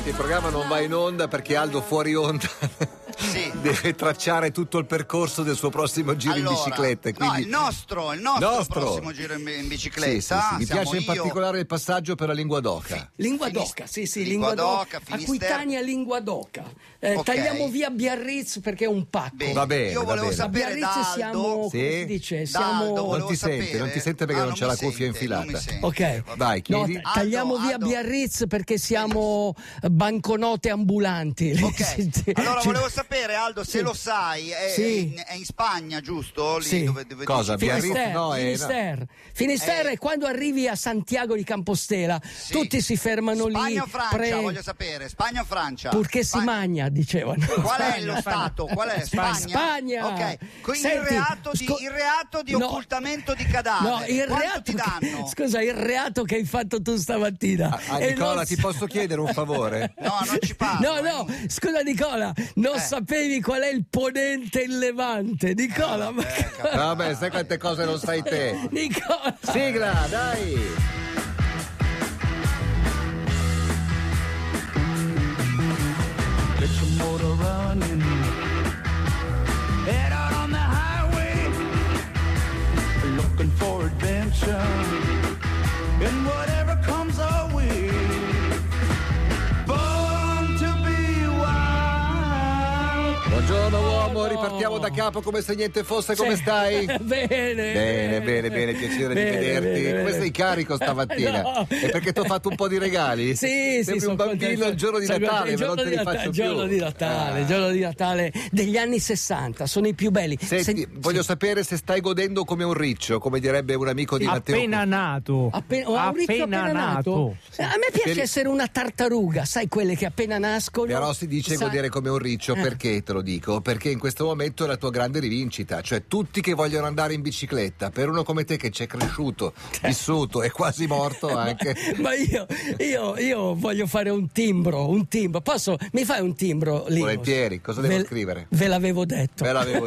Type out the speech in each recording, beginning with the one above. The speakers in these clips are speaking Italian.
Senti, il programma non va in onda perché Aldo fuori onda deve tracciare tutto il percorso del suo prossimo giro in bicicletta. Quindi... No, il nostro prossimo giro in bicicletta. Sì. Mi piace in particolare il passaggio per la Lingua d'Oca. Lingua d'Oca, Lingua d'Oca, Aquitania, Lingua d'Oca. Tagliamo via Biarritz perché è un pacco. Va bene, io volevo sapere Biarritz Daldo, siamo, come si dice, non ti sente perché non c'è la cuffia infilata. Ok, vai, chiedi. Tagliamo via Biarritz perché siamo banconote ambulanti. Ok. Allora volevo sapere, Aldo, se lo sai, è in Spagna, giusto? Lì dove cosa? Biarritz? No, Finisterre è quando arrivi a Santiago di Compostela, tutti si fermano lì. Spagna o Francia, voglio sapere. Spagna o Francia? Purché si magna, dicevano. Qual è lo Stato? Qual è? Spagna. Ok. Il reato di occultamento di cadaveri. Quanto ti danno? Scusa, il reato che hai fatto tu stamattina. Nicola, ti posso chiedere un favore? No, non ci parlo. No, scusa Nicola, non sapevi qual è il ponente e il levante. Nicola, vabbè, sai quante cose non sai te. Nicola. Sigla, dai. Get your motor running. Head out on the highway, looking for adventure, and whatever comes our way. Born to be wild. Buongiorno uomo, ripartiamo da capo come se niente fosse, come stai? Bene, piacere di vederti. Come sei carico stamattina? No. È perché ti ho fatto un po' di regali? Sembri un bambino il giorno di Natale, ma non te li faccio più. Giorno di Natale degli anni 60, sono i più belli. Senti, voglio sapere se stai godendo come un riccio, come direbbe un amico di Matteo. Appena nato. Appena nato. A me piace essere una tartaruga, sai, quelle che appena nascono. Però si dice godere come un riccio, perché te lo dico? Perché in questo momento è la tua grande rivincita, cioè tutti che vogliono andare in bicicletta, per uno come te che c'è cresciuto, vissuto e quasi morto anche. Ma io voglio fare un timbro. Mi fai un timbro lì? Volentieri, cosa devo scrivere? Ve l'avevo detto.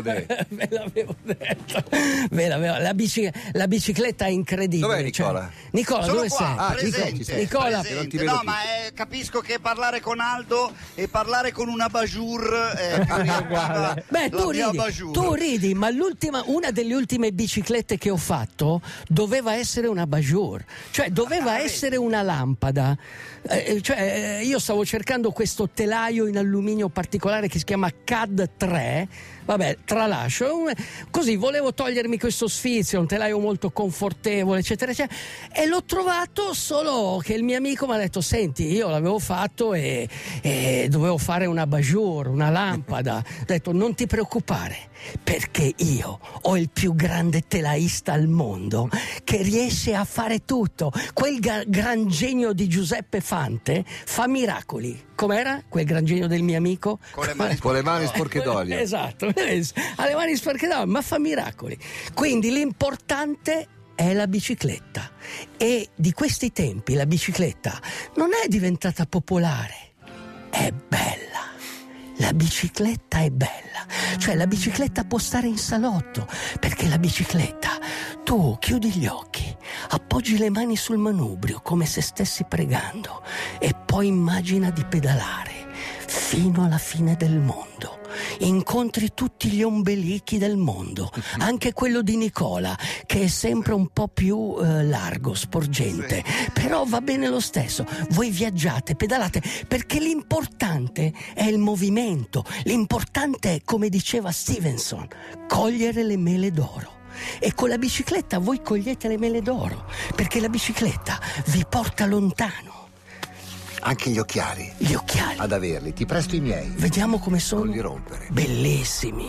La bicicletta è incredibile. Dov'è Nicola? Nicola, sono dove qua, sei? presente, Nicola, presente. No, ma capisco che parlare con Aldo e parlare con una Bajour è più riempita. Beh, tu ridi, ma una delle ultime biciclette che ho fatto doveva essere una Bajour, cioè doveva essere una lampada. Io stavo cercando questo telaio in alluminio particolare che si chiama CAD 3. Vabbè, tralascio. Così volevo togliermi questo sfizio, un telaio molto confortevole, eccetera, eccetera. E l'ho trovato, solo che il mio amico mi ha detto: senti, io l'avevo fatto e dovevo fare una Bajour, una lampada. Ho detto: non ti preoccupare, perché io ho il più grande telaista al mondo che riesce a fare tutto. Quel gran genio di Giuseppe Fante fa miracoli. Com'era quel gran genio del mio amico? Con le mani sporche d'olio. Esatto, ha le mani sporche d'olio, ma fa miracoli. Quindi l'importante è la bicicletta, e di questi tempi la bicicletta non è diventata popolare, è bella. La bicicletta è bella, cioè la bicicletta può stare in salotto, perché la bicicletta, tu chiudi gli occhi, appoggi le mani sul manubrio come se stessi pregando e poi immagina di pedalare fino alla fine del mondo. Incontri tutti gli ombelichi del mondo, anche quello di Nicola, che è sempre un po' più largo, sporgente, però va bene lo stesso. Voi viaggiate, pedalate, perché l'importante è il movimento, l'importante è, come diceva Stevenson, cogliere le mele d'oro. E con la bicicletta voi cogliete le mele d'oro, perché la bicicletta vi porta lontano. Anche gli occhiali. Gli occhiali. Ad averli, ti presto i miei. Vediamo come sono. Non li rompere. Bellissimi.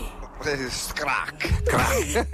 Crack.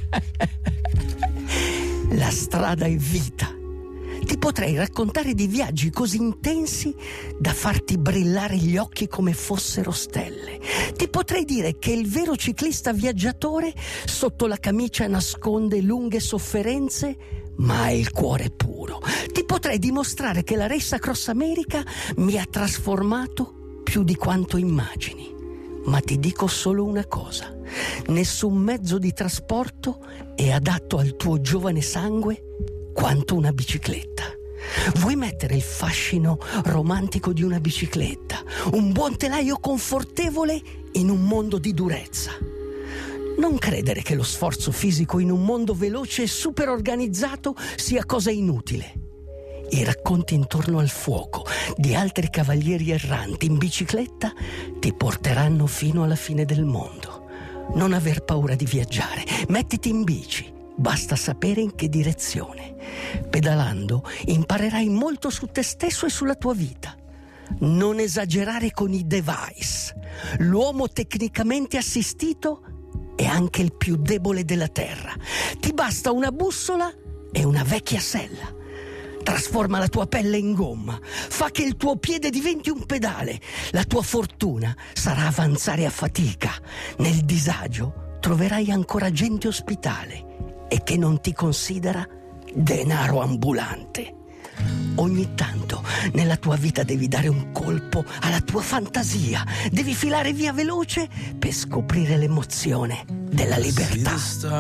La strada è vita. Ti potrei raccontare di viaggi così intensi da farti brillare gli occhi come fossero stelle. Ti potrei dire che il vero ciclista viaggiatore sotto la camicia nasconde lunghe sofferenze, ma ha il cuore puro. Ti potrei dimostrare che la Race Across America mi ha trasformato più di quanto immagini. Ma ti dico solo una cosa: nessun mezzo di trasporto è adatto al tuo giovane sangue quanto una bicicletta. Vuoi mettere il fascino romantico di una bicicletta, un buon telaio confortevole in un mondo di durezza. Non credere che lo sforzo fisico in un mondo veloce e super organizzato sia cosa inutile. I racconti intorno al fuoco di altri cavalieri erranti in bicicletta ti porteranno fino alla fine del mondo. Non aver paura di viaggiare, mettiti in bici, basta sapere in che direzione. Pedalando imparerai molto su te stesso e sulla tua vita. Non esagerare con i device. L'uomo tecnicamente assistito è anche il più debole della terra. Ti basta una bussola e una vecchia sella. Trasforma la tua pelle in gomma, fa che il tuo piede diventi un pedale. La tua fortuna sarà avanzare a fatica. Nel disagio troverai ancora gente ospitale e che non ti considera denaro ambulante. Ogni tanto nella tua vita devi dare un colpo alla tua fantasia, devi filare via veloce per scoprire l'emozione della libertà.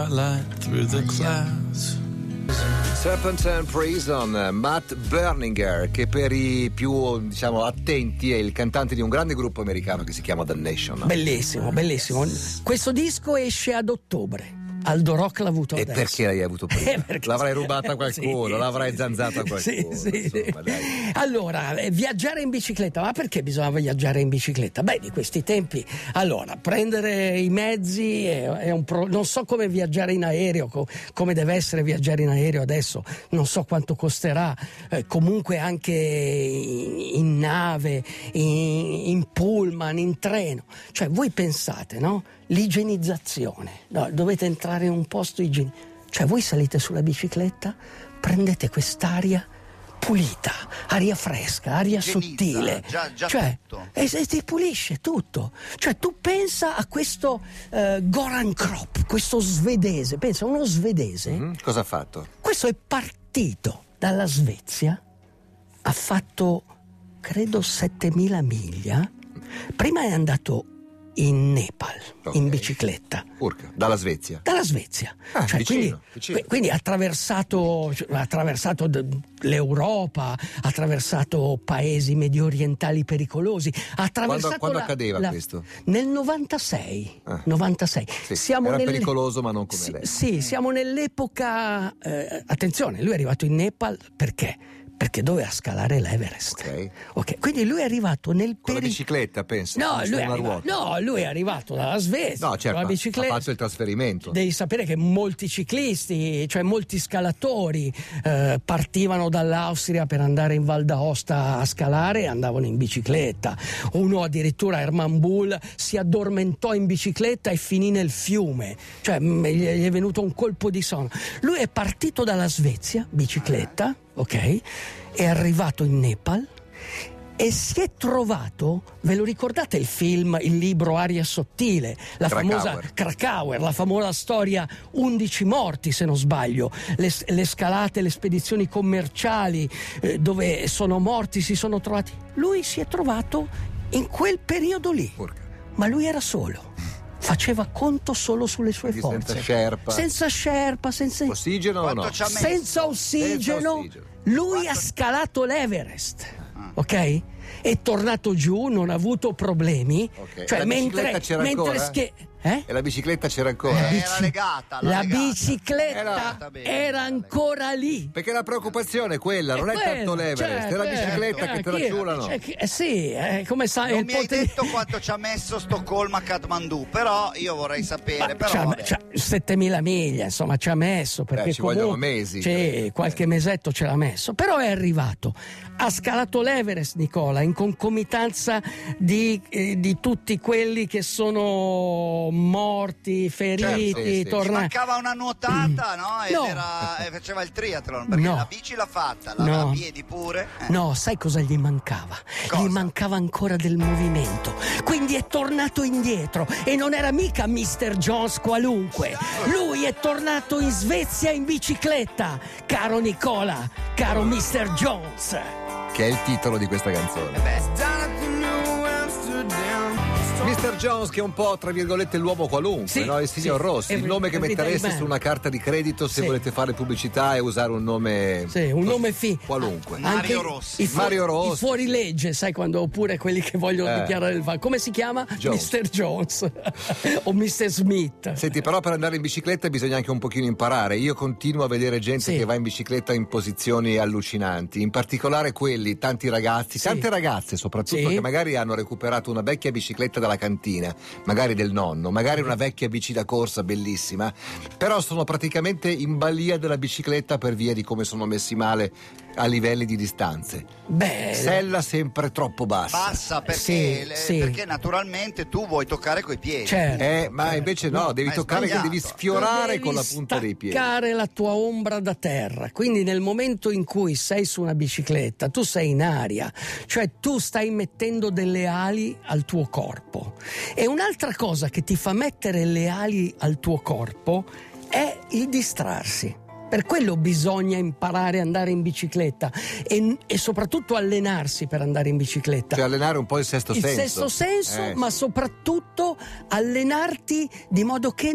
Serpent and Prison, Matt Berninger, che per i più, diciamo, attenti è il cantante di un grande gruppo americano che si chiama The Nation. Bellissimo, bellissimo. Questo disco esce ad ottobre. Aldo Rock l'ha avuto adesso. E perché l'hai avuto prima? L'avrai rubata a qualcuno, sì, l'avrai zanzata a qualcuno. Sì. Insomma, dai. Allora, viaggiare in bicicletta, ma perché bisogna viaggiare in bicicletta? Beh, di questi tempi, allora, prendere i mezzi è non so come viaggiare in aereo, come deve essere viaggiare in aereo adesso, non so quanto costerà, comunque anche in nave, in pullman, in treno. Cioè, voi pensate, no? L'igienizzazione, no, dovete entrare in un posto igienico, cioè voi salite sulla bicicletta, prendete quest'aria pulita, aria fresca, aria sottile, già cioè, tutto. e ti pulisce tutto. Cioè tu pensa a questo Goran Kropp, questo svedese, pensa a uno svedese. Cosa ha fatto? Questo è partito dalla Svezia, ha fatto credo 7.000 miglia, prima è andato in Nepal, in bicicletta. Urca, dalla Svezia? Dalla Svezia. Cioè, vicino. Quindi ha attraversato l'Europa, ha attraversato paesi medio orientali pericolosi. Ha attraversato quando accadeva questo? Nel 96. 96. Sì, era pericoloso, ma non come adesso. Sì, siamo nell'epoca. Attenzione, lui è arrivato in Nepal perché? Perché doveva scalare l'Everest. Ok. Quindi lui è arrivato nel con la bicicletta, penso. Lui è arrivato dalla Svezia. No, certo, con la bicicletta. Ha fatto il trasferimento. Devi sapere che molti ciclisti, cioè molti scalatori, partivano dall'Austria per andare in Val d'Aosta a scalare e andavano in bicicletta. Uno addirittura, Herman Bull, si addormentò in bicicletta e finì nel fiume. Cioè gli è venuto un colpo di sonno. Lui è partito dalla Svezia, bicicletta, ok? È arrivato in Nepal e si è trovato, ve lo ricordate il film, il libro Aria sottile, la famosa Krakauer, la famosa storia 11 morti se non sbaglio, le scalate, le spedizioni commerciali dove sono morti, si sono trovati. Lui si è trovato in quel periodo lì, ma lui era solo. Faceva conto solo sulle sue forze. Senza scerpa, senza ossigeno o no? Senza ossigeno. Lui ha scalato l'Everest, ok? È tornato giù, non ha avuto problemi. Okay. Cioè, la bicicletta c'era ancora? E la bicicletta c'era ancora? Era legata. La bicicletta era ancora lì. Perché la preoccupazione è quella, non è tanto l'Everest, è la bicicletta che te la ciulano. Sì, come sai. Non mi hai detto quanto ci ha messo Stoccolma a Kathmandu, però io vorrei sapere. 7.000 miglia, insomma, ci ha messo. Perché ci vogliono mesi. Sì, qualche mesetto ce l'ha messo. Però è arrivato. Ha scalato l'Everest, Nicola, in concomitanza di tutti quelli che sono morti, feriti, tornati. Mancava una nuotata, no? E faceva il triathlon, perché la bici l'ha fatta, a piedi pure. No, sai cosa gli mancava? Gli mancava ancora del movimento. Quindi è tornato indietro e non era mica Mr. Jones qualunque. Lui è tornato in Svezia in bicicletta, caro Nicola, caro Mr. Jones. Che è il titolo di questa canzone. Mr. Mr. Jones, che è un po' tra virgolette l'uomo qualunque, Sì, no? Il signor sì. Rossi, il nome che mettereste Everyday su una carta di credito se Sì. volete fare pubblicità e usare un nome Sì, un nome qualunque. Mario Rossi. Mario Rossi. I fuorilegge, sai, quando oppure quelli che vogliono dichiarare il vanto. Come si chiama? Jones. Mr. Jones o Mr. Smith. Senti, però per andare in bicicletta bisogna anche un pochino imparare. Io continuo a vedere gente Sì. che va in bicicletta in posizioni allucinanti, in particolare quelli, tanti ragazzi, Sì. tante ragazze soprattutto, Sì. che magari hanno recuperato una vecchia bicicletta dalla cantina, magari del nonno, magari una vecchia bici da corsa bellissima, però sono praticamente in balia della bicicletta per via di come sono messi male a livelli di distanze. Beh, Sella sempre troppo bassa. Bassa perché, Sì, sì. perché naturalmente tu vuoi toccare coi piedi. certo. Ma invece no, devi è toccare, che sbagliato. devi sfiorare Devi con la punta dei piedi. staccare la tua ombra da terra, quindi nel momento in cui sei su una bicicletta tu sei in aria, cioè tu stai mettendo delle ali al tuo corpo. E un'altra cosa che ti fa mettere le ali al tuo corpo è il distrarsi. Per quello bisogna imparare ad andare in bicicletta e soprattutto allenarsi per andare in bicicletta. Cioè allenare un po' il sesto senso. Il sesto senso, ma sì. soprattutto allenarti di modo che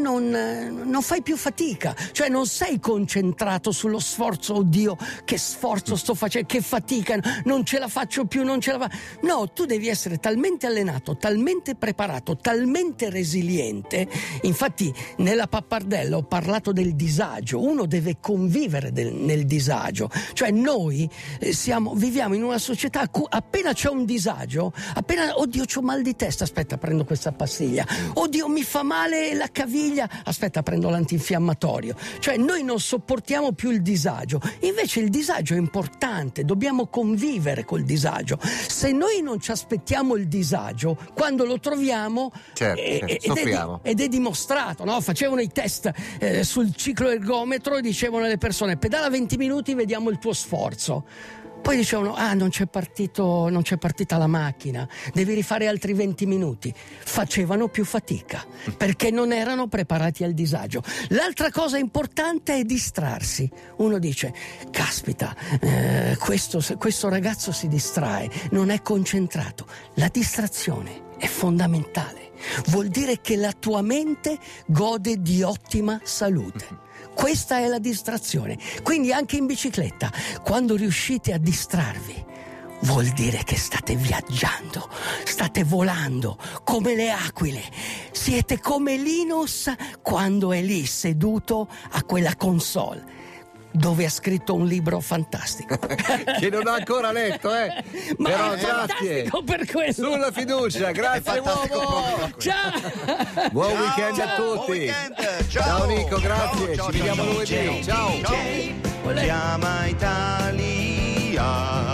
non fai più fatica, cioè non sei concentrato sullo sforzo, oddio che sforzo sto facendo, che fatica, non ce la faccio più, non ce la fa. No, tu devi essere talmente allenato, talmente preparato, talmente resiliente. Infatti nella pappardella ho parlato del disagio, uno deve convivere nel disagio, cioè noi viviamo in una società appena c'è un disagio, appena oddio c'ho mal di testa, aspetta prendo questa pastiglia, oddio mi fa male la caviglia, aspetta prendo l'antinfiammatorio, cioè noi non sopportiamo più il disagio, invece il disagio è importante, dobbiamo convivere col disagio. Se noi non ci aspettiamo il disagio, quando lo troviamo soffriamo. ed è dimostrato, no? Facevano i test sul ciclo ergometro e dicevano alle persone pedala 20 minuti, vediamo il tuo sforzo. Poi dicevano non c'è partita la macchina, devi rifare altri 20 minuti. Facevano più fatica perché non erano preparati al disagio. L'altra cosa importante è distrarsi. Uno dice caspita, questo ragazzo si distrae, non è concentrato. La distrazione è fondamentale, vuol dire che la tua mente gode di ottima salute. Questa è la distrazione. Quindi anche in bicicletta, quando riuscite a distrarvi, vuol dire che state viaggiando, state volando come le aquile. Siete come Linus quando è lì seduto a quella console dove ha scritto un libro fantastico che non ho ancora letto, ma però è grazie fantastico per quello. sulla fiducia, grazie uomo. Ciao. Buon weekend a Buon tutti. weekend. Ciao Nico, grazie, Ciao, ci vediamo ciao, lunedì. ciao. Ciao. Chiama Italia.